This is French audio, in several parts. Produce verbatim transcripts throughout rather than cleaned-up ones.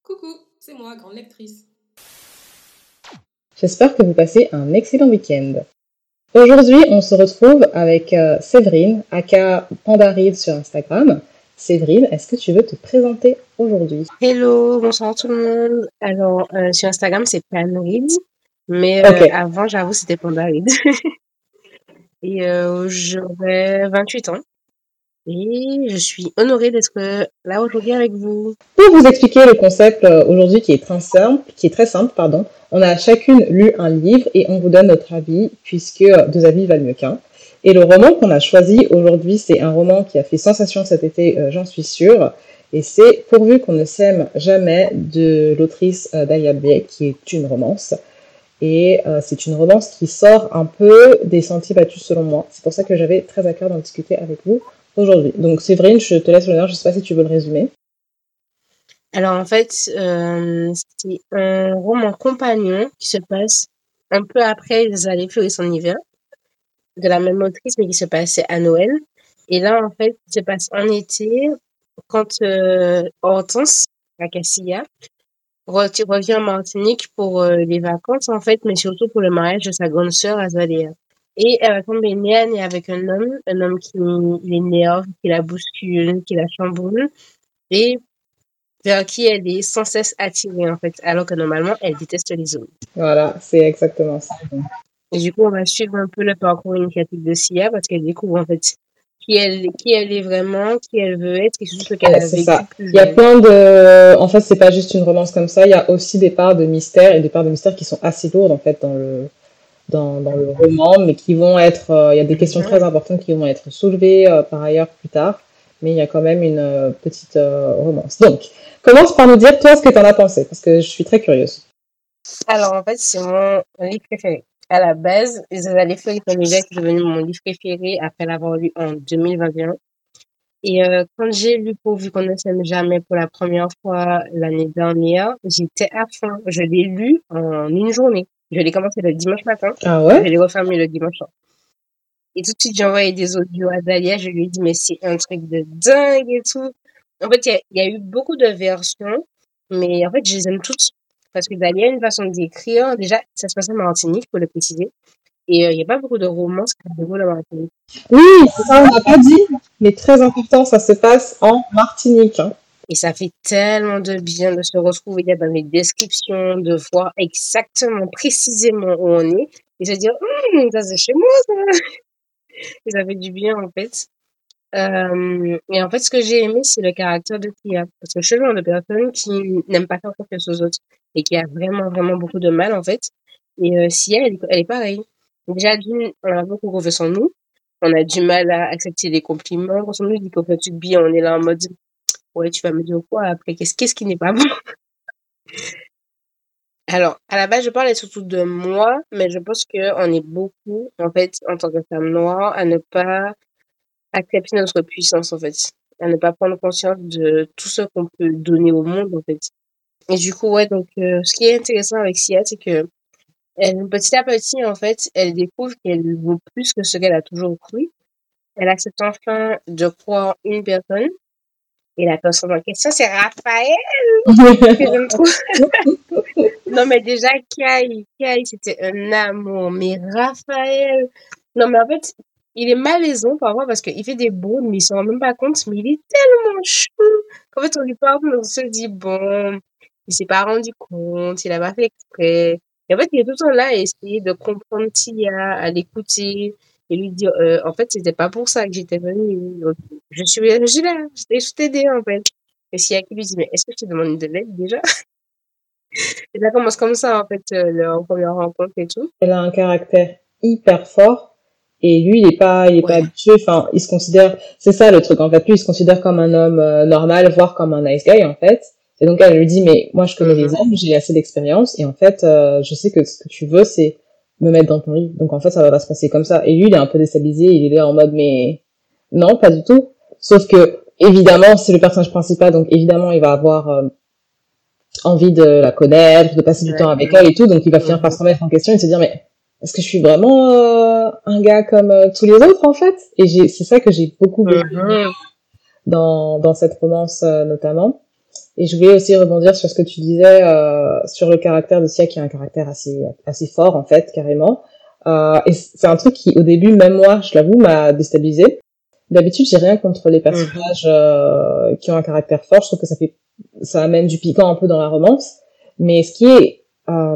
Coucou, c'est moi, grande lectrice. J'espère que vous passez un excellent week-end. Aujourd'hui, on se retrouve avec euh, Séverine, aka Pandaride sur Instagram. Séverine, est-ce que tu veux te présenter aujourd'hui? Hello, bonsoir tout le monde. Alors, euh, sur Instagram, c'est Panrid, mais euh, Ok. avant, j'avoue, c'était Pandaride. Et euh, j'aurai vingt-huit ans. Et je suis honorée d'être euh, là aujourd'hui avec vous. Pour vous expliquer le concept euh, aujourd'hui qui est très simple, qui est très simple, pardon, on a chacune lu un livre et on vous donne notre avis, puisque euh, deux avis valent mieux qu'un. Et le roman qu'on a choisi aujourd'hui, c'est un roman qui a fait sensation cet été, euh, j'en suis sûre. Et c'est Pourvu qu'on ne s'aime jamais de l'autrice euh, Dahlia Bay, qui est une romance. Et euh, c'est une romance qui sort un peu des sentiers battus selon moi. C'est pour ça que j'avais très à cœur d'en discuter avec vous aujourd'hui. Donc Séverine, je te laisse l'honneur, je ne sais pas si tu veux le résumer. Alors, en fait, euh, c'est un roman compagnon qui se passe un peu après Les Allées fleurir son hiver, de la même autrice, mais qui se passait à Noël. Et là, en fait, il se passe en été, quand euh, Hortense, la Cassia, re- revient en Martinique pour euh, les vacances, en fait, mais surtout pour le mariage de sa grande sœur, Azalea. Et elle va tomber nez à nez avec un homme, un homme qui l'énerve, qui la bouscule, qui la chamboule, et vers qui elle est sans cesse attirée, en fait, alors que normalement, elle déteste les hommes. Voilà, c'est exactement ça. Et du coup, on va suivre un peu le parcours initiatique de Sia, parce qu'elle découvre, en fait, qui elle, qui elle est vraiment, qui elle veut être, et surtout ce qu'elle Ouais, a c'est vécu ça. plus Il y a jeune. plein de... En fait, c'est pas juste une romance comme ça, il y a aussi des parts de mystère, et des parts de mystère qui sont assez lourdes, en fait, dans le, dans, dans le roman, mais qui vont être... euh, Il y a des questions très Mhm. importantes qui vont être soulevées euh, par ailleurs plus tard, mais il y a quand même une euh, petite euh, romance. Donc, commence par nous dire, toi, ce que t'en as pensé, parce que je suis très curieuse. Alors, en fait, c'est mon livre préféré. À la base, Les Allées fleurir ton hiver est devenu mon livre préféré après l'avoir lu en deux mille vingt et un. Et euh, quand j'ai lu Pourvu qu'on ne s'aime jamais pour la première fois l'année dernière, j'étais à fond. Je l'ai lu en une journée. Je l'ai commencé le dimanche matin. Ah Je ouais? l'ai refermé le dimanche soir. Et tout de suite, j'ai envoyé des audios à Dahlia. Je lui ai dit, mais c'est un truc de dingue et tout. En fait, il y a, il y a eu beaucoup de versions, mais en fait, je les aime toutes. Parce que Dahlia a une façon d'écrire. Déjà, ça se passe en Martinique, pour le préciser. Et euh, il n'y a pas beaucoup de romances qui se déroulent en Martinique. Oui, ça, on n'a pas dit, mais très important, ça se passe en Martinique. Hein. Et ça fait tellement de bien de se retrouver là dans les descriptions, de voir exactement, précisément où on est. Et se dire, hum, ça c'est chez moi, ça. Et ça fait du bien, en fait. Euh, et en fait, ce que j'ai aimé, c'est le caractère de Tia. Parce que je suis le genre de personne qui n'aime pas faire confiance aux autres et qui a vraiment, vraiment beaucoup de mal, en fait. Et euh, Sia, elle, est- elle est pareille. Déjà, d'une, on a beaucoup confiance en nous. On a du mal à accepter les compliments. Quand on nous dit qu'on fait du bien, on est là en mode, ouais, tu vas me dire quoi après? Qu'est-ce, qu'est-ce qui n'est pas bon? Alors, à la base, je parlais surtout de moi, mais je pense que on est beaucoup, en fait, en tant que femme noire, à ne pas accepter notre puissance, en fait. À ne pas prendre conscience de tout ce qu'on peut donner au monde, en fait. Et du coup, ouais, donc, euh, ce qui est intéressant avec Sia, c'est que elle, petit à petit, en fait, elle découvre qu'elle vaut plus que ce qu'elle a toujours cru. Elle accepte enfin de croire en une personne. Et la personne en question, c'est Raphaël, que j'aime trop. Non, mais déjà, Kai, Kai, c'était un amour. Mais Raphaël, non, mais en fait, il est malaisant parfois parce qu'il fait des boules, mais il s'en rend même pas compte, mais il est tellement chou qu'en fait, on lui parle, mais on se dit, bon, il s'est pas rendu compte, il a pas fait exprès. Et en fait, il est tout le temps là à essayer de comprendre Tia, à l'écouter et lui dire, euh, en fait, c'était pas pour ça que j'étais venue. Donc, je suis, je suis là, je t'ai t'aider, en fait. Et s'il y a qui lui dit, mais est-ce que je te demande de l'aide déjà? Et ça commence comme ça, en fait, euh, leur première rencontre et tout. Elle a un caractère hyper fort et lui il est pas il est pas Ouais. habitué, enfin il se considère, c'est ça le truc en fait, lui il se considère comme un homme euh, normal, voire comme un nice guy en fait, et donc elle lui dit mais moi je connais les Mhm. hommes, j'ai assez d'expérience et en fait euh, je sais que ce que tu veux c'est me mettre dans ton lit, donc en fait ça va pas se passer comme ça, et lui il est un peu déstabilisé, il est là en mode mais non pas du tout, sauf que évidemment c'est le personnage principal donc évidemment il va avoir euh, envie de la connaître, de passer De du la temps avec elle connaître. et tout, donc il va finir par Mhm. se remettre en question et se dire mais est-ce que je suis vraiment euh, un gars comme euh, tous les autres en fait? Et j'ai, c'est ça que j'ai beaucoup beaucoup aimé Mhm. dans dans cette romance euh, notamment. Et je voulais aussi rebondir sur ce que tu disais euh, sur le caractère de Sia, qui a un caractère assez assez fort en fait, carrément. Euh, et c'est un truc qui, au début, même moi, je l'avoue, m'a déstabilisée. D'habitude, j'ai rien contre les personnages euh, qui ont un caractère fort. Je trouve que ça fait, ça amène du piquant un peu dans la romance. Mais ce qui est euh,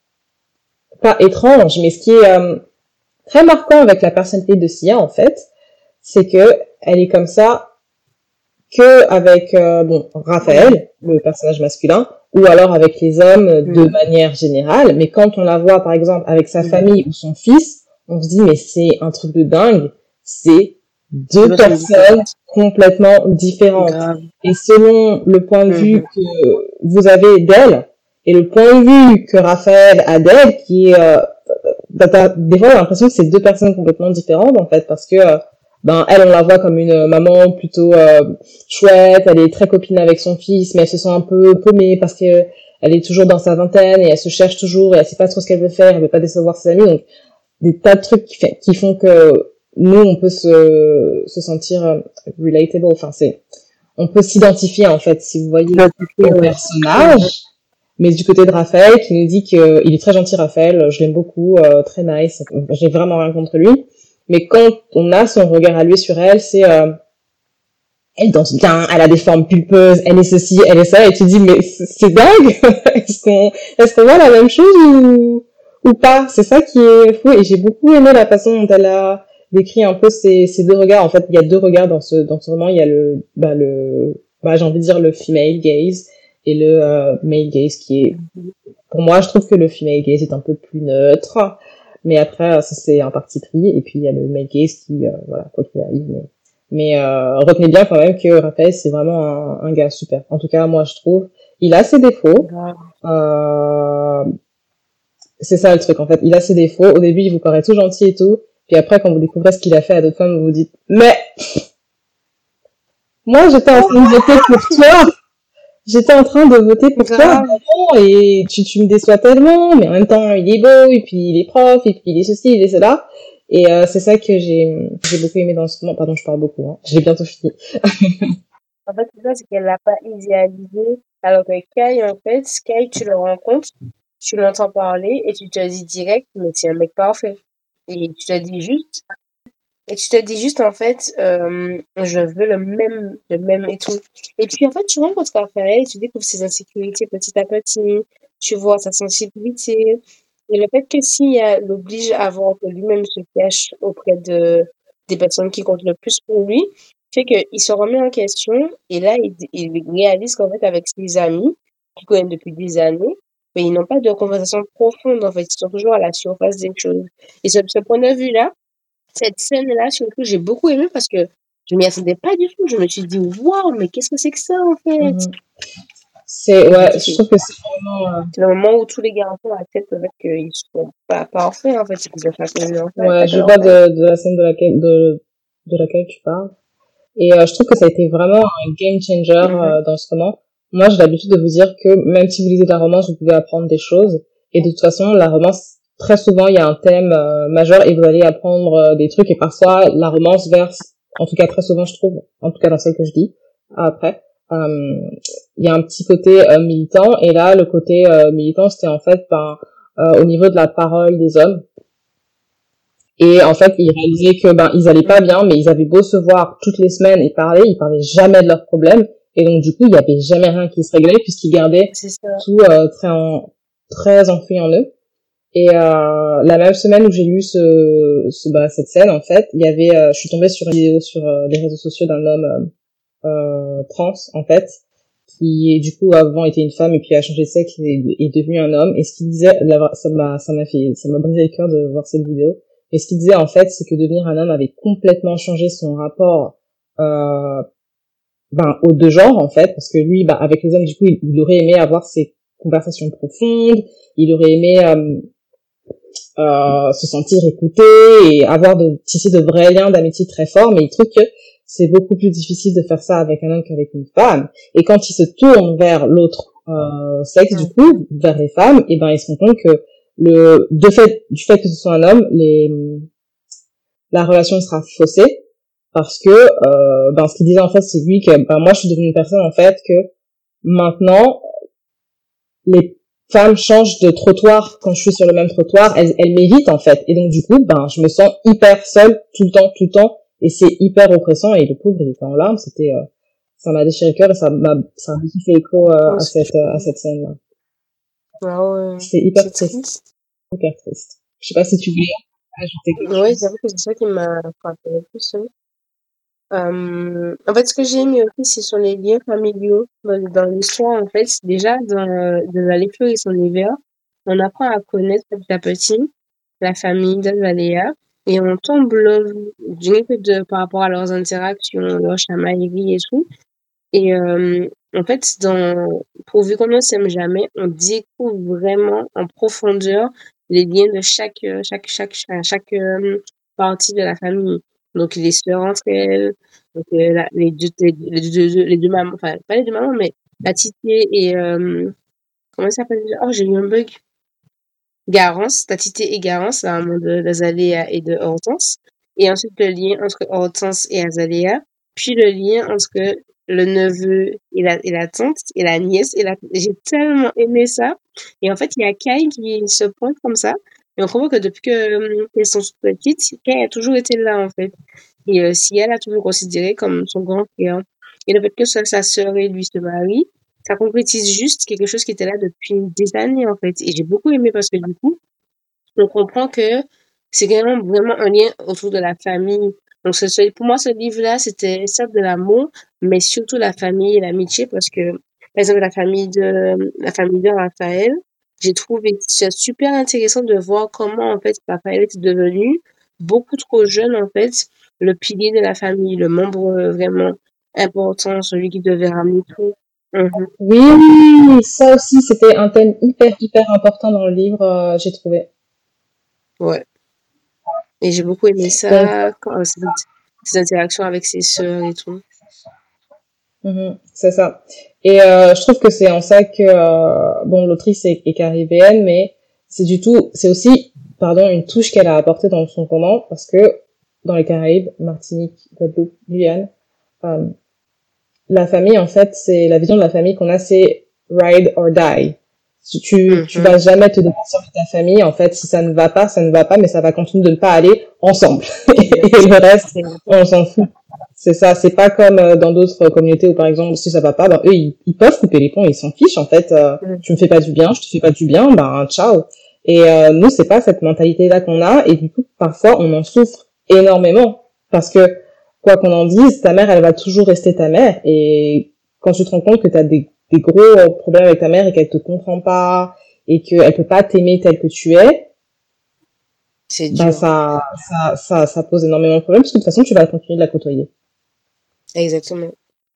pas étrange, mais ce qui est euh, très marquant avec la personnalité de Sia, en fait, c'est que elle est comme ça que avec euh, bon Raphaël, le personnage masculin, ou alors avec les hommes de Mm. manière générale. Mais quand on la voit, par exemple, avec sa Mm. famille ou son fils, on se dit mais c'est un truc de dingue. C'est deux Deux personnes personnes différentes. complètement différentes. Grave. Et selon le point de vue Mhm. que vous avez d'elle et le point de vue que Raphaël a d'elle, qui est euh, t'as- t'as- des fois, on a l'impression que c'est deux personnes complètement différentes, en fait, parce que, euh, ben, elle, on la voit comme une maman plutôt euh, chouette, elle est très copine avec son fils, mais elle se sent un peu paumée parce que elle est toujours dans sa vingtaine et elle se cherche toujours et elle sait pas trop ce qu'elle veut faire, elle veut pas décevoir ses amis, donc des tas de trucs qui, fait, qui font que nous, on peut se, se sentir euh, relatable, enfin, c'est, on peut s'identifier, en fait, si vous voyez, Identifié, au ouais. Mhm. personnage. Mais du côté de Raphaël, qui nous dit que il est très gentil, Raphaël, je l'aime beaucoup, euh, très nice, j'ai vraiment rien contre lui. Mais quand on a son regard à lui sur elle, c'est euh, elle danse bien, elle a des formes pulpeuses, elle est ceci, elle est ça, et tu dis mais c'est c'est dingue. Est-ce qu'on est-ce qu'on voit la même chose ou ou pas? C'est ça qui est fou. Et j'ai beaucoup aimé la façon dont elle a décrit un peu ces ces deux regards. En fait, il y a deux regards dans ce dans ce roman. Il y a le bah le bah j'ai envie de dire le female gaze et le euh, male gaze qui est, pour moi, je trouve que le female gaze est un peu plus neutre, mais après, ça c'est un parti pris, et puis il y a le male gaze qui, euh, voilà, quoi qu'il arrive. Mais, mais euh, retenez bien quand même que Raphaël, c'est vraiment un, un gars super. En tout cas, moi, je trouve. Il a ses défauts. Grave. Euh, c'est ça le truc, en fait. Il a ses défauts. Au début, il vous paraît tout gentil et tout. Puis après, quand vous découvrez ce qu'il a fait à d'autres femmes, vous vous dites, mais moi, j'étais en train de voter pour toi. J'étais en train de voter pour toi, Grave. vraiment, et tu, tu me déçois tellement, mais en même temps, il est beau, et puis il est prof, et puis il est ceci, il est cela. Et euh, c'est ça que j'ai j'ai beaucoup aimé dans ce moment. Pardon, je parle beaucoup, hein. Je l'ai bientôt fini. En fait, c'est ça, c'est qu'elle l'a pas idéalisé. Alors que Kai, en fait, Kai, tu le rencontres, tu l'entends parler et tu te dis direct, mais c'est un mec parfait. Et tu te dis juste, et tu te dis juste, en fait, euh, je veux le même, le même et tout. Et puis, en fait, tu rencontres Raphaël, tu découvres ses insécurités petit à petit, tu vois sa sensibilité. Et le fait que Sia l'oblige à voir que lui-même se cache auprès de, des personnes qui comptent le plus pour lui, fait qu'il se remet en question et là, il, il réalise qu'en fait, avec ses amis, qu'il connaît depuis des années, mais ils n'ont pas de conversation profonde, en fait. Ils sont toujours à la surface des choses. Et ce, ce point de vue-là, cette scène-là, surtout, j'ai beaucoup aimé parce que je m'y attendais pas du tout. Je me suis dit, waouh, mais qu'est-ce que c'est que ça, en fait? Mhm. C'est, J'ai ouais, je kiffé. trouve que c'est vraiment... euh, C'est le moment où tous les garçons acceptent le fait qu'ils sont pas parfaits, en fait, c'est qu'ils ont fait un enfant, Ouais, pas je que vois l'enfant. de, de la scène de laquelle, de, de laquelle tu parles. Et euh, je trouve que ça a été vraiment un game changer Mhm. euh, dans ce roman. Moi, j'ai l'habitude de vous dire que même si vous lisez de la romance, vous pouvez apprendre des choses. Et de toute façon, la romance, très souvent, il y a un thème euh, majeur et vous allez apprendre euh, des trucs. Et parfois, la romance verse, en tout cas très souvent, je trouve, en tout cas dans celle que je dis, après, euh, il y a un petit côté euh, militant. Et là, le côté euh, militant, c'était en fait ben, euh, au niveau de la parole des hommes. Et en fait, ils réalisaient que ben ils allaient pas bien, mais ils avaient beau se voir toutes les semaines et parler, ils parlaient jamais de leurs problèmes. Et donc du coup, il y avait jamais rien qui se réglait puisqu'ils gardaient C'est ça. tout euh, très en, très enfoui en eux. Et euh, la même semaine où j'ai lu ce, ce bah, cette scène, en fait, il y avait, euh, je suis tombée sur une vidéo sur euh, les réseaux sociaux d'un homme euh, euh, trans, en fait, qui du coup avant était une femme et puis a changé de sexe et est devenu un homme. Et ce qu'il disait, la- ça m'a ça m'a fait ça m'a brisé le cœur de voir cette vidéo. Et ce qu'il disait en fait, c'est que devenir un homme avait complètement changé son rapport euh, ben aux deux genres en fait, parce que lui, ben, avec les hommes du coup, il, il aurait aimé avoir ces conversations profondes, il aurait aimé euh, euh, se sentir écouté et avoir de tisser de vrais liens d'amitié très forts, mais il trouve que c'est beaucoup plus difficile de faire ça avec un homme qu'avec une femme. Et quand il se tourne vers l'autre euh, sexe, du coup, vers les femmes, et ben il se rend compte que le de fait du fait que ce soit un homme, les la relation sera faussée parce que euh, ben ce qu'il disait en fait, c'est lui que ben moi je suis devenue une personne en fait que Maintenant, les femmes changent de trottoir quand je suis sur le même trottoir, elles, elles m'évitent en fait. Et donc du coup, ben, je me sens hyper seule tout le temps, tout le temps. Et c'est hyper oppressant. Et le pauvre, il était en larmes. C'était, euh, ça m'a déchiré le cœur et ça m'a, ça a beaucoup fait écho euh, Ouais, à c'est cette, euh, à cette scène-là. ah ouais, C'est hyper c'est triste, triste. hyper triste. Je sais pas si tu voulais ajouter quelque Ouais, chose. j'avoue que c'est ça qui m'a frappé le plus. hein. Euh, en fait, ce que j'ai aimé aussi, ce sont les liens familiaux dans, dans l'histoire. En fait, déjà, dans, dans la lecture et son hiver, on apprend à connaître petit à petit la famille d'Azalea et on tombe love rien que de, par rapport à leurs interactions, leurs chamailleries et tout. Et euh, en fait, dans Pourvu qu'on ne s'aime jamais, on découvre vraiment en profondeur les liens de chaque euh, chaque chaque chaque, chaque, euh, partie de la famille. Donc les sœurs entre elles, donc euh, la- les deux les, deux les deux les deux mamans, enfin pas les deux mamans, mais la Titée et euh, comment ça s'appelle déjà? Oh, j'ai eu un bug. Garance, ta Titée et Garance, la maman de d'Azalea et de Hortense. Et ensuite le lien entre Hortense et Azalea, puis le lien entre le neveu et la, et la tante, et la nièce et la... J'ai tellement aimé ça. Et en fait, il y a Kai qui se pointe comme ça. Et on comprend que depuis que, euh, qu'elles sont toutes petites, Kai a toujours été là, en fait. Et euh, si elle a toujours considéré comme son grand frère. Et le fait que sa, sa sœur et lui se marient, ça concrétise juste quelque chose qui était là depuis des années, en fait. Et j'ai beaucoup aimé parce que du coup, on comprend que c'est vraiment, vraiment un lien autour de la famille. Donc, ce, ce- pour moi, ce livre-là, c'était certes de l'amour, mais surtout la famille et l'amitié parce que, par exemple, la famille de, la famille de Raphaël, j'ai trouvé ça super intéressant de voir comment, en fait, Raphaël est devenu beaucoup trop jeune, en fait, le pilier de la famille, le membre euh, vraiment important, celui qui devait ramener tout. Mhm. Oui, ça aussi, c'était un thème hyper, hyper important dans le livre, euh, j'ai trouvé. Ouais. Et j'ai beaucoup aimé Donc, ça, quand, euh, ces, ces interactions avec ses sœurs et tout. mhm, c'est ça. Et euh, je trouve que c'est en ça que, euh, bon, l'autrice est, est caribéenne, mais c'est du tout, c'est aussi, pardon, une touche qu'elle a apportée dans son roman, parce que dans les Caraïbes, Martinique, Guadeloupe, Guyane, euh, la famille, en fait, c'est la vision de la famille qu'on a, c'est ride or die. Tu, tu, tu Mhm. vas jamais te départir de ta famille. En fait, si ça ne va pas, ça ne va pas, mais ça va continuer de ne pas aller ensemble. Et Exact. le reste, Exact. on s'en fout. C'est ça. C'est pas comme euh, dans d'autres communautés où, par exemple, si ça va pas, ben, eux, ils, ils peuvent couper les ponts, ils s'en fichent. En fait, euh, Mhm. tu me fais pas du bien, je te fais pas du bien, ben, ciao. Et euh, nous, c'est pas cette mentalité-là qu'on a. Et du coup, parfois, on en souffre énormément. Parce que, quoi qu'on en dise, ta mère, elle va toujours rester ta mère. Et quand tu te rends compte que tu as des, des gros problèmes avec ta mère et qu'elle te comprend pas et qu'elle peut pas t'aimer tel que tu es, C'est bah dur. ça, ça, ça, ça pose énormément de problèmes parce que de toute façon, tu vas continuer de la côtoyer. Exactement.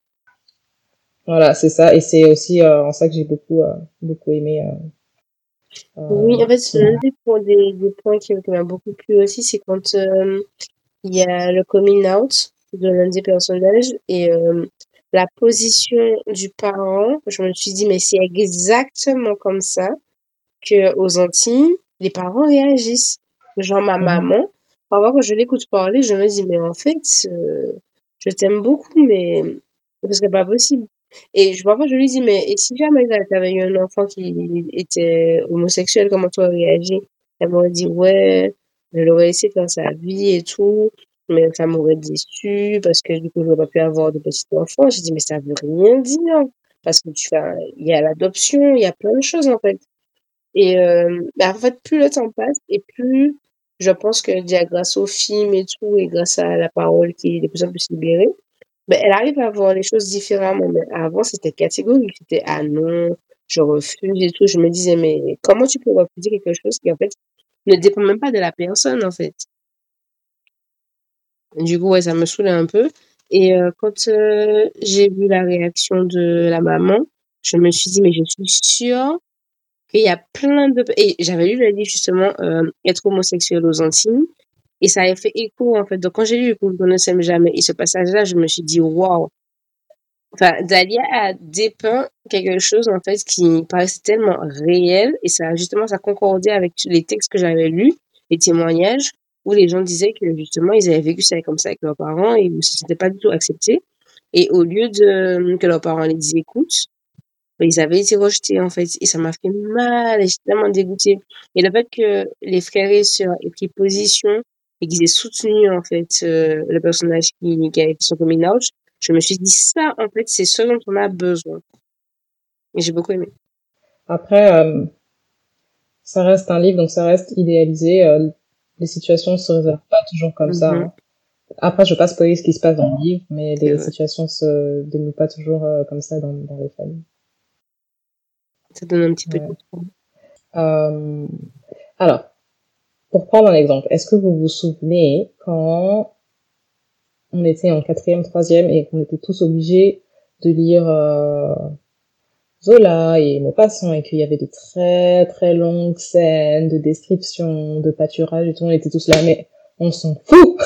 Voilà, c'est ça. Et c'est aussi euh, en ça que j'ai beaucoup, euh, beaucoup aimé euh, Oui, euh, en fait, ce l'un livre. des, points- des, des points qui, qui m'a beaucoup plu aussi, c'est quand euh, il y a le coming out de l'un des personnages et euh, la position du parent. Je me suis dit, mais c'est exactement comme ça que aux Antilles, les parents réagissent. Genre ma Mhm. maman, parfois quand je l'écoute parler, je me dis, mais en fait, euh, je t'aime beaucoup, mais ce serait pas possible. Et je, parfois, je lui dis, mais et si jamais t'avais eu un enfant qui était homosexuel, comment tu aurais réagi? Elle m'aurait dit, ouais, je l'aurais laissé faire sa vie et tout, mais ça m'aurait déçu parce que du coup, je n'aurais pas pu avoir de petit enfant. J'ai dit, mais ça veut rien dire. Parce que tu fais, un- il y a l'adoption, il y a plein de choses, en fait. Et euh, bah, en fait, plus le temps passe et plus je pense que déjà grâce au film et tout, et grâce à la parole qui est de plus en plus libérée, ben, elle arrive à voir les choses différemment. Mais avant, c'était catégorique. C'était ah non, je refuse et tout. Je me disais, mais comment tu peux refuser quelque chose qui en fait ne dépend même pas de la personne en fait? Du coup, ouais, ça me saoulait un peu. Et euh, quand euh, j'ai vu la réaction de la maman, je me suis dit, mais je suis sûre et il y a plein de... Et j'avais lu le livre justement euh, Être homosexuel aux Antilles. Et ça avait fait écho en fait. Donc quand j'ai lu Pour qu'on ne s'aime jamais et ce passage-là, je me suis dit waouh. Enfin, Dahlia a dépeint quelque chose en fait qui paraissait tellement réel et ça justement ça concordait avec les textes que j'avais lus, les témoignages où les gens disaient que justement ils avaient vécu ça comme ça avec leurs parents et où c'était pas du tout accepté. Et au lieu de que leurs parents les disent écoute, mais ils avaient été rejetés, en fait. Et ça m'a fait mal, et j'étais tellement dégoûtée. Et le fait que les frères et sœurs aient pris position et qu'ils aient soutenu, en fait, euh, le personnage qui, qui a été son coming out, je me suis dit, ça, en fait, c'est ce dont on a besoin. Et j'ai beaucoup aimé. Après, euh, ça reste un livre, donc ça reste idéalisé. euh, les situations ne se résolvent pas toujours comme ça. Mhm. Hein. Après, je veux pas spoiler ce qui se passe dans le livre, mais C'est les vrai. situations se dénouent pas toujours euh, comme ça dans, dans les familles. Ça donne un petit peu Ouais. de Euh, alors, pour prendre un exemple, est-ce que vous vous souvenez quand on était en quatrième, troisième et qu'on était tous obligés de lire euh, Zola et Maupassant et qu'il y avait de très très longues scènes de description, de pâturage et tout, on était tous là, mais on s'en fout.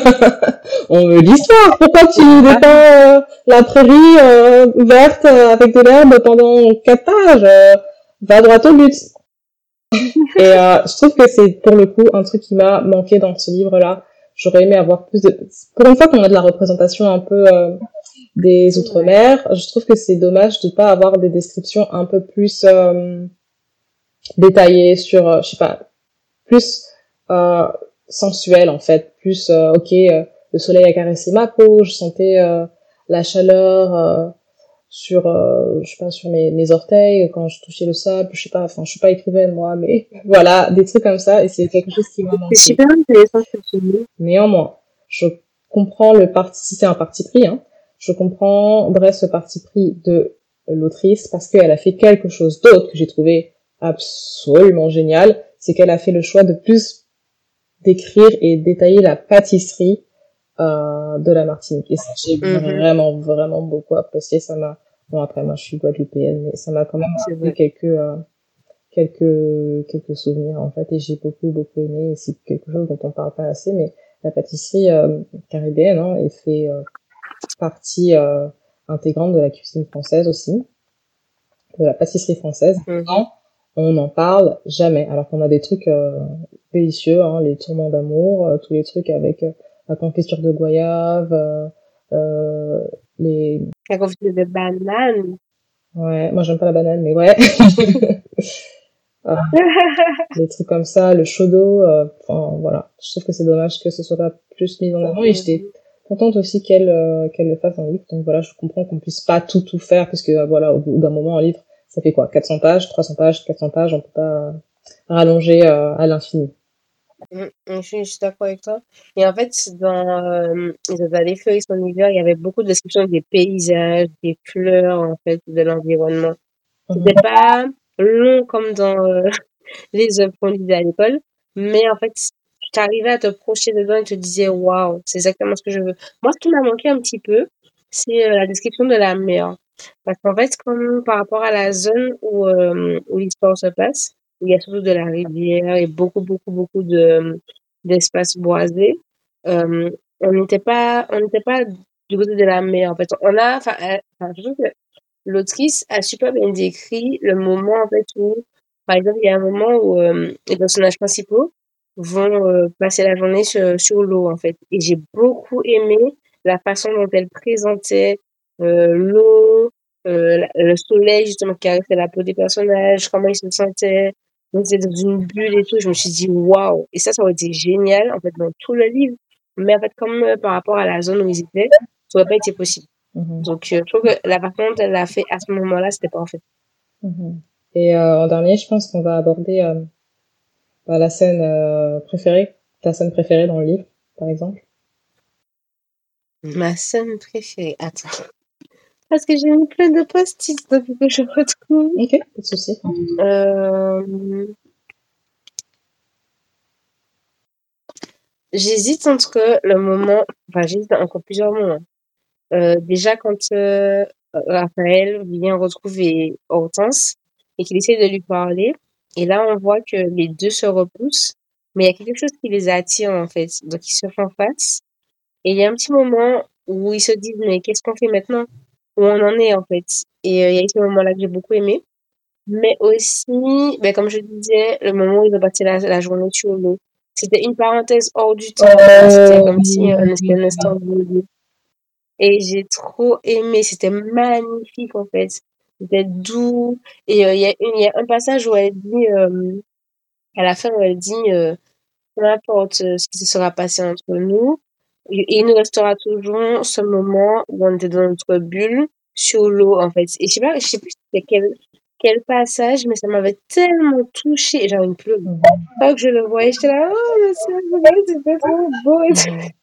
On veut l'histoire. Pourquoi tu dépeins euh, la prairie euh, verte euh, avec de l'herbe pendant quatre pages euh, Va droit au but. Et euh, je trouve que c'est pour le coup un truc qui m'a manqué dans ce livre-là. J'aurais aimé avoir plus de... Pour une fois qu'on a de la représentation un peu euh, des Outre-mer, je trouve que c'est dommage de pas avoir des descriptions un peu plus euh, détaillées sur, euh, je sais pas, plus euh, sensuelles en fait, plus euh, ok, euh, le soleil a caressé ma peau, je sentais euh, la chaleur euh, sur, euh, je sais pas, sur mes, mes orteils quand je touchais le sable, je sais pas, enfin je suis pas écrivaine moi, mais voilà, des trucs comme ça et c'est quelque chose qui m'a C'est manqué. super intéressant ce que tu dis. Néanmoins, je comprends le parti, si c'est un parti pris, hein, je comprends bref ce parti pris de l'autrice parce qu'elle a fait quelque chose d'autre que j'ai trouvé absolument génial, c'est qu'elle a fait le choix de plus décrire et détailler la pâtisserie euh, de la Martinique. Et ça, j'ai Mhm. vraiment, vraiment beaucoup apprécié. Ça m'a, bon après moi je suis guadeloupéenne, mais ça m'a quand même C'est rappelé vrai. quelques euh, quelques quelques souvenirs en fait et j'ai beaucoup beaucoup aimé et c'est quelque chose dont on parle pas assez mais la pâtisserie euh, caribéenne hein, est fait euh, partie euh, intégrante de la cuisine française aussi, de la pâtisserie française. Mhm. Non, on n'en parle jamais alors qu'on a des trucs euh, délicieux hein, les tourments d'amour, euh, tous les trucs avec euh, la confiture de goyave, euh, euh, les La confiture de banane. ouais, moi j'aime pas la banane mais ouais. Euh, des trucs comme ça, le chaud d'eau, euh, enfin voilà. Je trouve que c'est dommage que ce soit pas plus mis en avant et j'étais contente aussi qu'elle euh, qu'elle le fasse dans le livre. Donc voilà, je comprends qu'on puisse pas tout tout faire puisque euh, voilà, au bout d'un moment un livre, ça fait quoi, quatre cents pages, trois cents pages, quatre cents pages, on peut pas rallonger euh, à l'infini. Mm, Je suis, je suis d'accord avec toi. Et en fait, dans euh, Les Allées fleurir son hiver, il y avait beaucoup de descriptions des paysages, des fleurs, en fait, de l'environnement. C'était Mhm. pas long comme dans euh, les œuvres qu'on lisait à l'école, mais en fait, tu t'arrivais à te projeter dedans et te disais, waouh, c'est exactement ce que je veux. Moi, ce qui m'a manqué un petit peu, c'est euh, la description de la mer. Parce qu'en fait, comme par rapport à la zone où, euh, où l'histoire se passe, où il y a surtout de la rivière et beaucoup, beaucoup, beaucoup de, d'espaces boisés, euh, on n'était pas, on n'était pas du côté de la mer. En fait, on a, enfin, euh, enfin, je trouve que l'autrice a super bien décrit le moment, en fait, où, par exemple, il y a un moment où euh, les personnages principaux vont euh, passer la journée sur, sur l'eau, en fait. Et j'ai beaucoup aimé la façon dont elle présentait euh, l'eau, euh, la- le soleil, justement, qui caressait la peau des personnages, comment ils se sentaient. Donc, c'est dans une bulle et tout. Je me suis dit, waouh! Et ça, ça aurait été génial, en fait, dans tout le livre. Mais en fait, comme euh, par rapport à la zone où ils étaient, ça aurait pas été possible. Mhm. Donc, euh, je trouve que la façon dont elle l'a fait à ce moment-là, c'était parfait. Mhm. Et euh, en dernier, je pense qu'on va aborder euh, bah, la scène euh, préférée, ta scène préférée dans le livre, par exemple. Ma scène préférée. Attends. Parce que j'ai mis plein de post-it, donc il faut que je retrouve. Ok, pas de souci. Euh... J'hésite entre le moment. Enfin, j'hésite encore plusieurs moments. Euh, déjà, quand euh, Raphaël vient retrouver Hortense et qu'il essaie de lui parler. Et là, on voit que les deux se repoussent. Mais il y a quelque chose qui les attire, en fait. Donc, ils se font face. Et il y a un petit moment où ils se disent, mais qu'est-ce qu'on fait maintenant? Où on en est, en fait. Et euh, il y a eu ce moment-là que j'ai beaucoup aimé. Mais aussi, ben, comme je disais, le moment où ils ont passé la, la journée sur l'eau. C'était une parenthèse hors du temps. C'était comme si euh, c'était un instant de vie. Et j'ai trop aimé. C'était magnifique, en fait. C'était doux. Et euh, il y a une- il y a un passage où elle dit, euh, à la fin, où elle dit, euh, peu importe euh, ce qui se sera passé entre nous, il il nous restera toujours ce moment où on était dans notre bulle sur l'eau, en fait. Et je sais pas, je sais plus c'était quel, quel passage, mais ça m'avait tellement touchée. Et j'avais une pleure. Mhm. Quand que je le voyais, j'étais là, oh, mais c'est vrai, c'était trop beau. Et, tout. Mhm.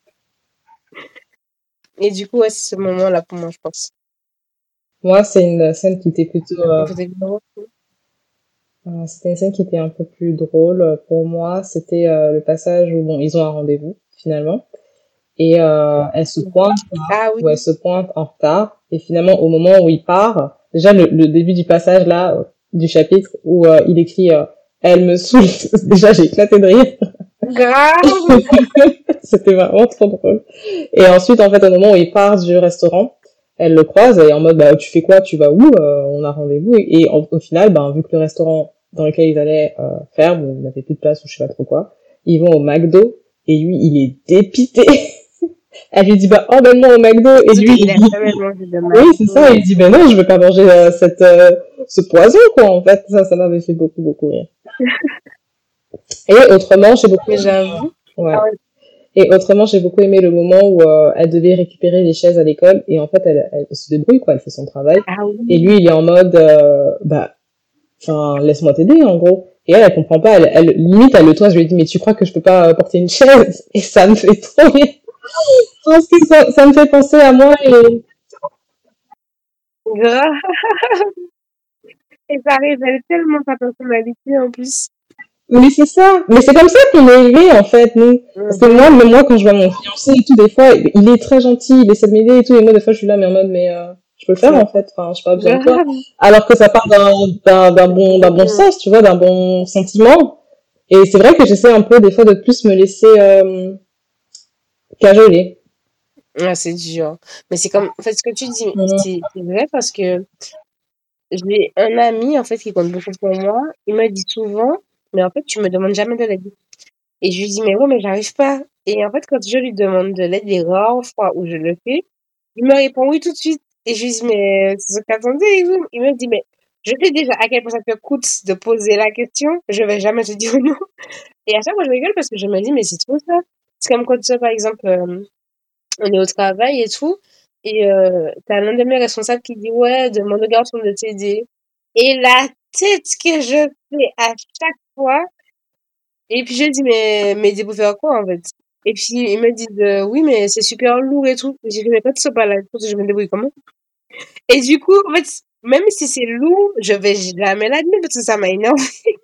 Et du coup, ouais, c'est ce moment-là pour moi, je pense. Moi, c'est une scène qui était plutôt, euh, Il faudrait que je le retrouve. euh, c'était une scène qui était un peu plus drôle pour moi. C'était euh, le passage où bon, ils ont un rendez-vous finalement, et euh, elle se pointe, Ah ou elle oui. se pointe en retard, et finalement au moment où il part, déjà le, le début du passage là, euh, du chapitre où euh, il écrit, euh, elle me saoule. Déjà, j'ai éclaté de rire. Grave. C'était vraiment trop drôle. Et ensuite, en fait, au moment où il part du restaurant, elle le croise et est en mode, bah, tu fais quoi? Tu vas où? Euh, on a rendez-vous. Et, et en- au final, ben, vu que le restaurant dans lequel ils allaient euh, faire, bon, il n'avait plus de place ou je sais pas trop quoi, ils vont au McDo et lui, il est dépité. Elle lui dit, bah, emmène-moi au McDo. Et Surtout lui, qu'il il a dit, jamais mangé de oui, c'est ça. McDo. Il dit, ben non, je veux pas manger euh, cette, euh, ce poison, quoi, en fait. Ça, ça m'avait fait beaucoup, beaucoup rire. Et autrement, j'ai beaucoup Mais aimé, j'avoue. ouais. Ah ouais. Et autrement, j'ai beaucoup aimé le moment où euh, elle devait récupérer les chaises à l'école et en fait, elle, elle se débrouille, quoi, elle fait son travail. Ah Et oui. lui, il est en mode, euh, bah, enfin, laisse-moi t'aider, en gros. Et elle, elle comprend pas, elle, elle limite, elle le toise, je lui dis, mais tu crois que je peux pas euh, porter une chaise? Et ça me fait trop rire. Parce que ça, ça me fait penser à moi et, Grave. Et ça révèle tellement sa personnalité en plus. mais c'est ça. Mais c'est comme ça qu'on est élevé, en fait, nous. Parce que moi, Mhm. même moi, quand je vois mon fiancé et tout, des fois, il est très gentil, il essaie de m'aider et tout, et moi, des fois, je suis là, mais en mode, mais euh, je peux le faire, Ça. en fait. Enfin, j'ai pas besoin de toi. Grave. Alors que ça part d'un d'un d'un bon d'un bon Mhm. sens, tu vois, d'un bon sentiment. Et c'est vrai que j'essaie un peu, des fois, de plus me laisser euh, cajoler. Ah, c'est dur. Mais c'est comme, en fait, ce que tu dis, Mhm. c'est c'est vrai parce que j'ai un ami, en fait, qui compte beaucoup pour moi. Il me dit souvent, mais en fait, tu me demandes jamais de l'aide. Et je lui dis, mais ouais, mais j'arrive pas. Et en fait, quand je lui demande de l'aide, les rares fois où je le fais, il me répond oui tout de suite. Et je lui dis, mais c'est ce qu'attendez, et vous? Il me dit, mais je sais déjà à quel point ça te coûte de poser la question. Je vais jamais te dire non. Et à chaque fois, je rigole parce que je me dis, mais c'est trop ça. C'est comme quand, tu sais, par exemple, euh, on est au travail et tout, et euh, t'as l'un de mes responsables qui dit, ouais, demande au garçon de t'aider. Et la tête que je fais à chaque fois, et puis je dis, mais, mais des pour faire quoi, en fait? Et puis ils me disent, euh, oui, mais c'est super lourd et tout. J'ai dit, mais pas de ce pas là, je me débrouille comment? Et du coup, en fait, même si c'est lourd, je vais jamais l'admettre parce que ça m'a énervé.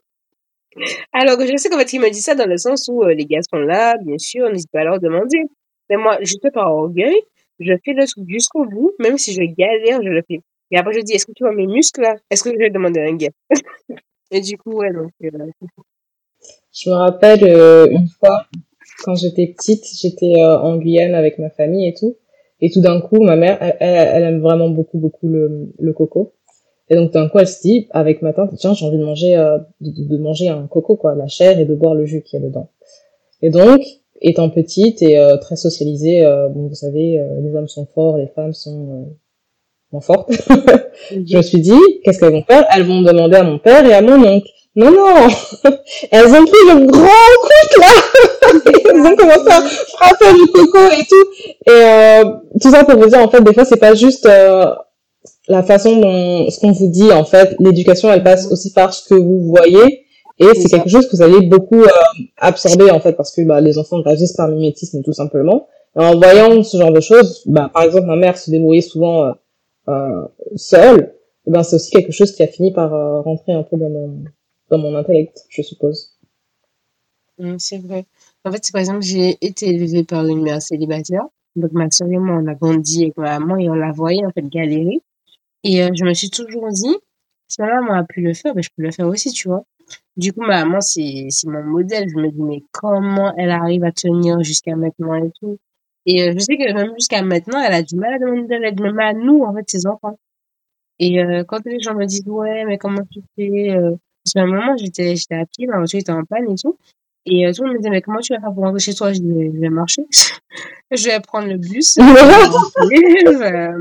Alors que je sais qu'en fait, il me dit ça dans le sens où euh, les gars sont là, bien sûr, n'hésite pas à leur demander. Mais moi, juste par orgueil, je fais le truc jusqu'au bout, même si je galère, je le fais. Et après, je dis, est-ce que tu vois mes muscles là? Est-ce que je vais demander à un gars? Et du coup, ouais, donc, euh, Je me rappelle euh, une fois, quand j'étais petite, j'étais euh, en Guyane avec ma famille et tout. Et tout d'un coup, ma mère, elle, elle, elle aime vraiment beaucoup, beaucoup le, le coco. Et donc d'un coup, elle se dit, avec ma tante, tiens, j'ai envie de manger, euh, de, de manger un coco, quoi, la chair, et de boire le jus qu'il y a dedans. Et donc, étant petite et euh, très socialisée, euh, bon, vous savez, euh, les hommes sont forts, les femmes sont euh, moins fortes. Je me mhm. suis dit, qu'est-ce qu'elles vont faire? Elles vont demander à mon père et à mon oncle. Non, non, elles ont pris le grand coup là. Elles ont commencé à frapper le coco et tout. Et euh, tout ça pour vous dire, en fait, des fois, c'est pas juste euh, la façon dont ce qu'on vous dit, en fait, l'éducation, elle passe Mhm. aussi par ce que vous voyez. Et C'est c'est ça. quelque chose que vous allez beaucoup euh, absorber, en fait, parce que bah, les enfants réagissent par mimétisme, tout simplement. Et en voyant ce genre de choses, bah, par exemple, ma mère se débrouillait souvent euh, euh, seule. Et ben, c'est aussi quelque chose qui a fini par euh, rentrer un peu dans mon, dans mon intellect, je suppose. Mm, c'est vrai. En fait, c'est par exemple, j'ai été élevée par une mère célibataire. Donc, ma soeur et moi, on a grandi avec ma maman et on la voyait, en fait, galérer. Et euh, je me suis toujours dit, si ma maman a pu le faire, ben, je peux le faire aussi, tu vois. Du coup, ma maman, c'est, c'est mon modèle. Je me dis, mais comment elle arrive à tenir jusqu'à maintenant et tout. Et euh, je sais que même jusqu'à maintenant, elle a du mal à demander de l'aide, même à nous, en fait, ses enfants. Et euh, quand les gens me disent, ouais, mais comment tu fais euh... Parce qu'à un moment, j'étais, j'étais à pied, ma voiture était en panne et tout. Et euh, tout le monde me disait, mais comment tu vas faire pour rentrer chez toi? Je dis, je vais marcher. Je vais prendre le bus, je vais monter,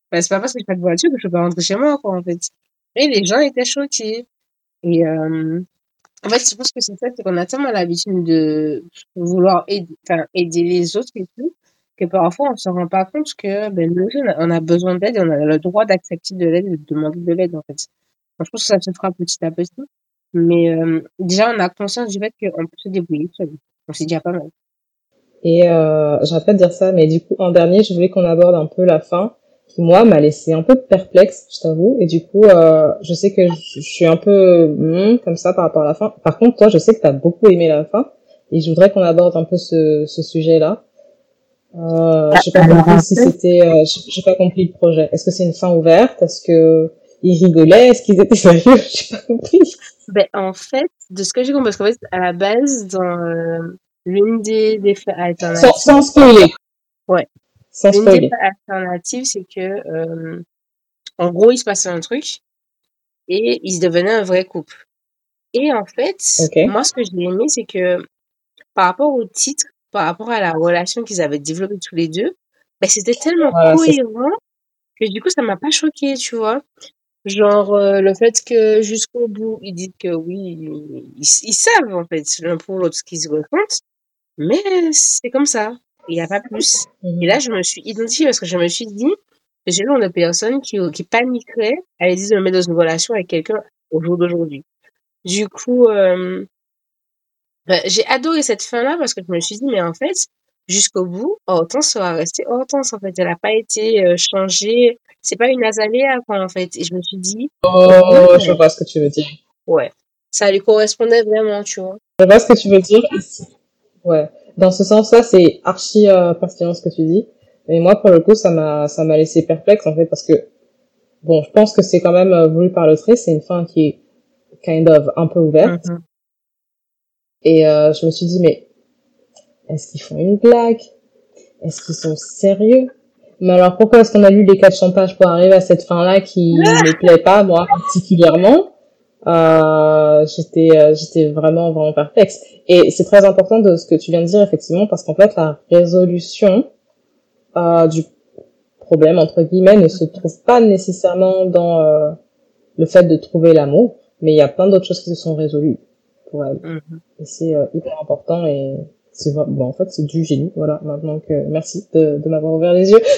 Bah, c'est pas parce que j'ai pas de voiture que je peux pas rentrer chez moi, quoi, en fait. Et les gens étaient choqués. Et euh, en fait, je pense que c'est ça, c'est qu'on a tellement l'habitude de vouloir aider, enfin, aider les autres et tout, que parfois on se rend pas compte que ben, nous aussi, on a, on a besoin d'aide et on a le droit d'accepter de l'aide et de demander de l'aide, en fait. Donc, je pense que ça se fera petit à petit. Mais euh, déjà, on a conscience du fait qu'on peut se débrouiller seul. Donc, c'est déjà pas mal. Et euh, j'arrête pas de dire ça, mais du coup, en dernier, je voulais qu'on aborde un peu la fin, qui moi m'a laissé un peu perplexe, je t'avoue. Et du coup, euh, je sais que je, je suis un peu hmm, comme ça par rapport à la fin. Par contre, toi, je sais que t'as beaucoup aimé la fin, et je voudrais qu'on aborde un peu ce, ce sujet-là. Euh, j'ai pas Alors, compris en si fait, c'était, euh, j'ai j'ai pas compris le projet. Est-ce que c'est une fin ouverte? Est-ce que ils rigolaient? Est-ce qu'ils étaient sérieux? J'ai pas compris. ben, en fait, de ce que j'ai compris, parce qu'en fait, à la base, dans euh, l'une des, des faits Sans, alternatives, sans spoiler, ouais, sans l'une des spoiler. faits alternatives, c'est que, euh, en gros, il se passait un truc et ils devenaient un vrai couple. Et en fait, Ok. moi, ce que j'ai aimé, c'est que par rapport au titre, par rapport à la relation qu'ils avaient développée tous les deux, ben, c'était tellement Voilà, c'est ça. cohérent que du coup, ça m'a pas choqué, tu vois. Genre, euh, le fait que jusqu'au bout, ils disent que oui, ils, ils savent en fait l'un pour l'autre ce qu'ils se ressentent, mais c'est comme ça. Il n'y a pas plus. Et là, Mhm. je me suis identifiée parce que je me suis dit que j'ai le genre de personnes qui, qui paniqueraient à l'idée de me mettre dans une relation avec quelqu'un au jour d'aujourd'hui. Du coup, euh, ben, j'ai adoré cette fin-là parce que je me suis dit, mais en fait, jusqu'au bout, Hortense sera restée Hortense, en fait. Elle n'a pas été euh, changée. C'est pas une azalea, quoi, en fait. Et je me suis dit, Oh, je vois ce que tu veux dire. ouais, ça lui correspondait vraiment, tu vois. Je vois ce que tu veux dire. Ouais. Dans ce sens-là, c'est archi euh, pertinent ce que tu dis. Mais moi, pour le coup, ça m'a ça m'a laissé perplexe en fait parce que bon, je pense que c'est quand même euh, voulu par l'autrice. C'est une fin qui est kind of un peu ouverte. Mhm. Et euh, je me suis dit mais est-ce qu'ils font une blague? Est-ce qu'ils sont sérieux? Mais alors pourquoi est-ce qu'on a lu les cas de chantage pour arriver à cette fin-là qui me plaît pas moi particulièrement? Euh, j'étais euh, j'étais vraiment vraiment perplexe. Et c'est très important de ce que tu viens de dire effectivement parce qu'en fait la résolution euh, du problème entre guillemets ne se trouve pas nécessairement dans euh, le fait de trouver l'amour, mais il y a plein d'autres choses qui se sont résolues pour elle. Mhm. Et c'est euh, hyper important et c'est vra- bon, en fait c'est du génie. Voilà, maintenant que merci de, de m'avoir ouvert les yeux.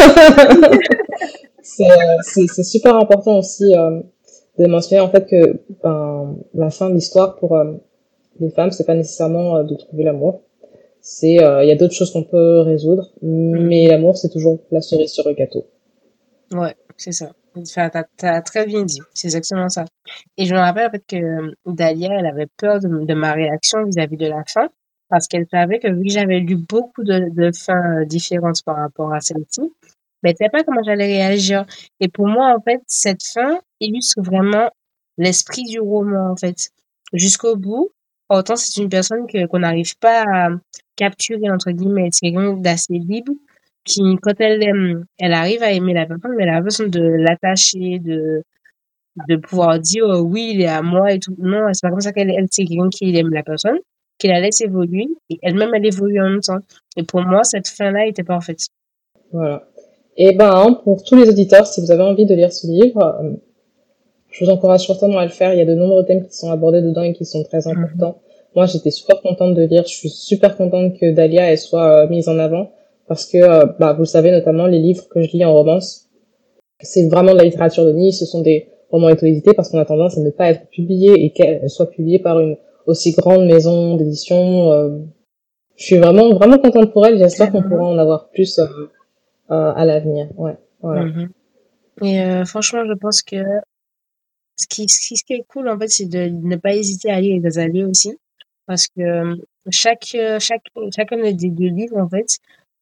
c'est euh, c'est c'est super important aussi euh, de mentionner en fait que ben la fin de l'histoire pour euh, les femmes c'est pas nécessairement euh, de trouver l'amour. C'est euh, il y a d'autres choses qu'on peut résoudre, mais Mhm. l'amour c'est toujours la cerise sur le gâteau. Ouais, c'est ça. Enfin, t'as, t'as très bien dit. C'est exactement ça. Et je me rappelle en fait que euh, Dahlia, elle avait peur de, de ma réaction vis-à-vis de la fin, parce qu'elle savait que vu que j'avais lu beaucoup de, de fins euh, différentes par rapport à celle-ci, mais elle savait pas comment j'allais réagir. Et pour moi, en fait, cette fin illustre vraiment l'esprit du roman, en fait. Jusqu'au bout, autant c'est une personne que qu'on n'arrive pas à capturer, entre guillemets. C'est quelqu'un d'assez libre qui, quand elle aime, elle arrive à aimer la personne, mais elle a besoin de l'attacher, de, de pouvoir dire euh, oui, il est à moi et tout. Non, c'est pas comme ça qu'elle elle, c'est quelqu'un qui aime la personne, qui la laisse évoluer, et elle-même, elle évolue en même temps. Et pour moi, cette fin-là était parfaite. Voilà. Et ben pour tous les auditeurs, si vous avez envie de lire ce livre, euh, je vous encourage fortement à le faire. Il y a de nombreux thèmes qui sont abordés dedans et qui sont très Mhm. importants. Moi, j'étais super contente de lire. Je suis super contente que Dahlia elle soit euh, mise en avant parce que, euh, bah, vous le savez, notamment les livres que je lis en romance, c'est vraiment de la littérature de niche. Ce sont des romans auto-édités parce qu'on a tendance à ne pas être publiés et qu'elles soient publiées par une aussi grande maison d'édition. Euh, je suis vraiment vraiment contente pour elle. J'espère qu'on pourra Clairement. en avoir plus euh, euh, à l'avenir. Ouais, voilà. Mhm. Et euh, franchement, je pense que ce qui, ce qui, ce qui est cool, en fait, c'est de ne pas hésiter à lire les alliés aussi. Parce que euh, chaque, euh, chaque, chacun des deux livres, en fait,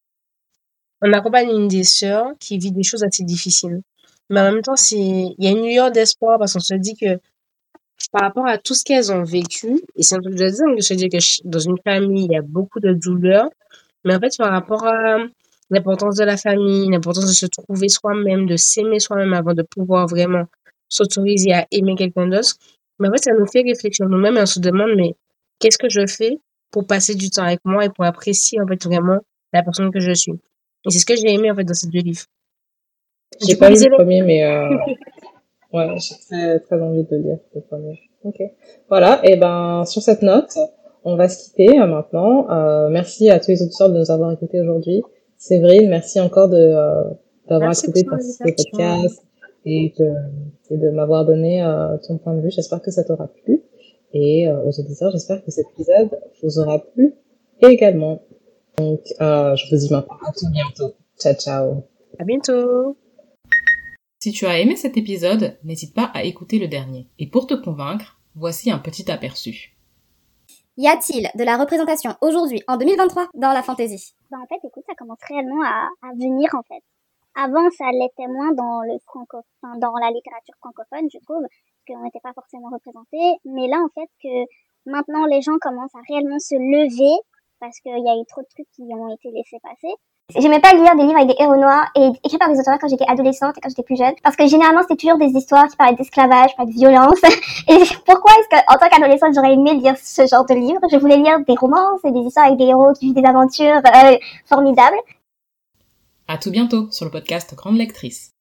on accompagne une des sœurs qui vit des choses assez difficiles. Mais en même temps, c'est, il y a une lueur d'espoir parce qu'on se dit que par rapport à tout ce qu'elles ont vécu, et c'est un truc de dingue de se dire que ch- dans une famille, il y a beaucoup de douleurs, mais en fait, par rapport à l'importance de la famille, l'importance de se trouver soi-même, de s'aimer soi-même avant de pouvoir vraiment s'autoriser à aimer quelqu'un d'autre, mais en fait, ça nous fait réfléchir nous-mêmes et on se demande, mais qu'est-ce que je fais pour passer du temps avec moi et pour apprécier, en fait, vraiment la personne que je suis. Et c'est ce que j'ai aimé, en fait, dans ces deux livres. J'ai pas lu le premier, mais euh, ouais, j'ai très, très envie de lire le premier. Ok. Voilà. Et ben, sur cette note, on va se quitter euh, maintenant. Euh, merci à tous les auditeurs de nous avoir écoutés aujourd'hui. Séverine, merci encore de euh, d'avoir Merci accepté de pour participer au l'invitation. podcast et de, et de m'avoir donné euh, ton point de vue. J'espère que ça t'aura plu. Et euh, aux auditeurs, j'espère que cet épisode vous aura plu également. Donc, euh, je vous dis maintenant à tout bientôt. Ciao, ciao. À bientôt. Si tu as aimé cet épisode, n'hésite pas à écouter le dernier. Et pour te convaincre, voici un petit aperçu. Y a-t-il de la représentation aujourd'hui, en deux mille vingt-trois, dans la fantasy? Bah en fait, écoute, ça commence réellement à, à venir en fait. Avant, ça l'était moins dans le franco, enfin, dans la littérature francophone, je trouve, parce qu'on n'était pas forcément représentés. Mais là, en fait, que maintenant les gens commencent à réellement se lever parce qu'il y a eu trop de trucs qui ont été laissés passer. J'aimais pas lire des livres avec des héros noirs et écrits par des auteurs quand j'étais adolescente et quand j'étais plus jeune. Parce que généralement, c'était toujours des histoires qui parlaient d'esclavage, pas de violence. Et pourquoi est-ce que, en tant qu'adolescente, j'aurais aimé lire ce genre de livres? Je voulais lire des romances et des histoires avec des héros qui vivent des aventures euh, formidables. À tout bientôt sur le podcast Grande Lectrice.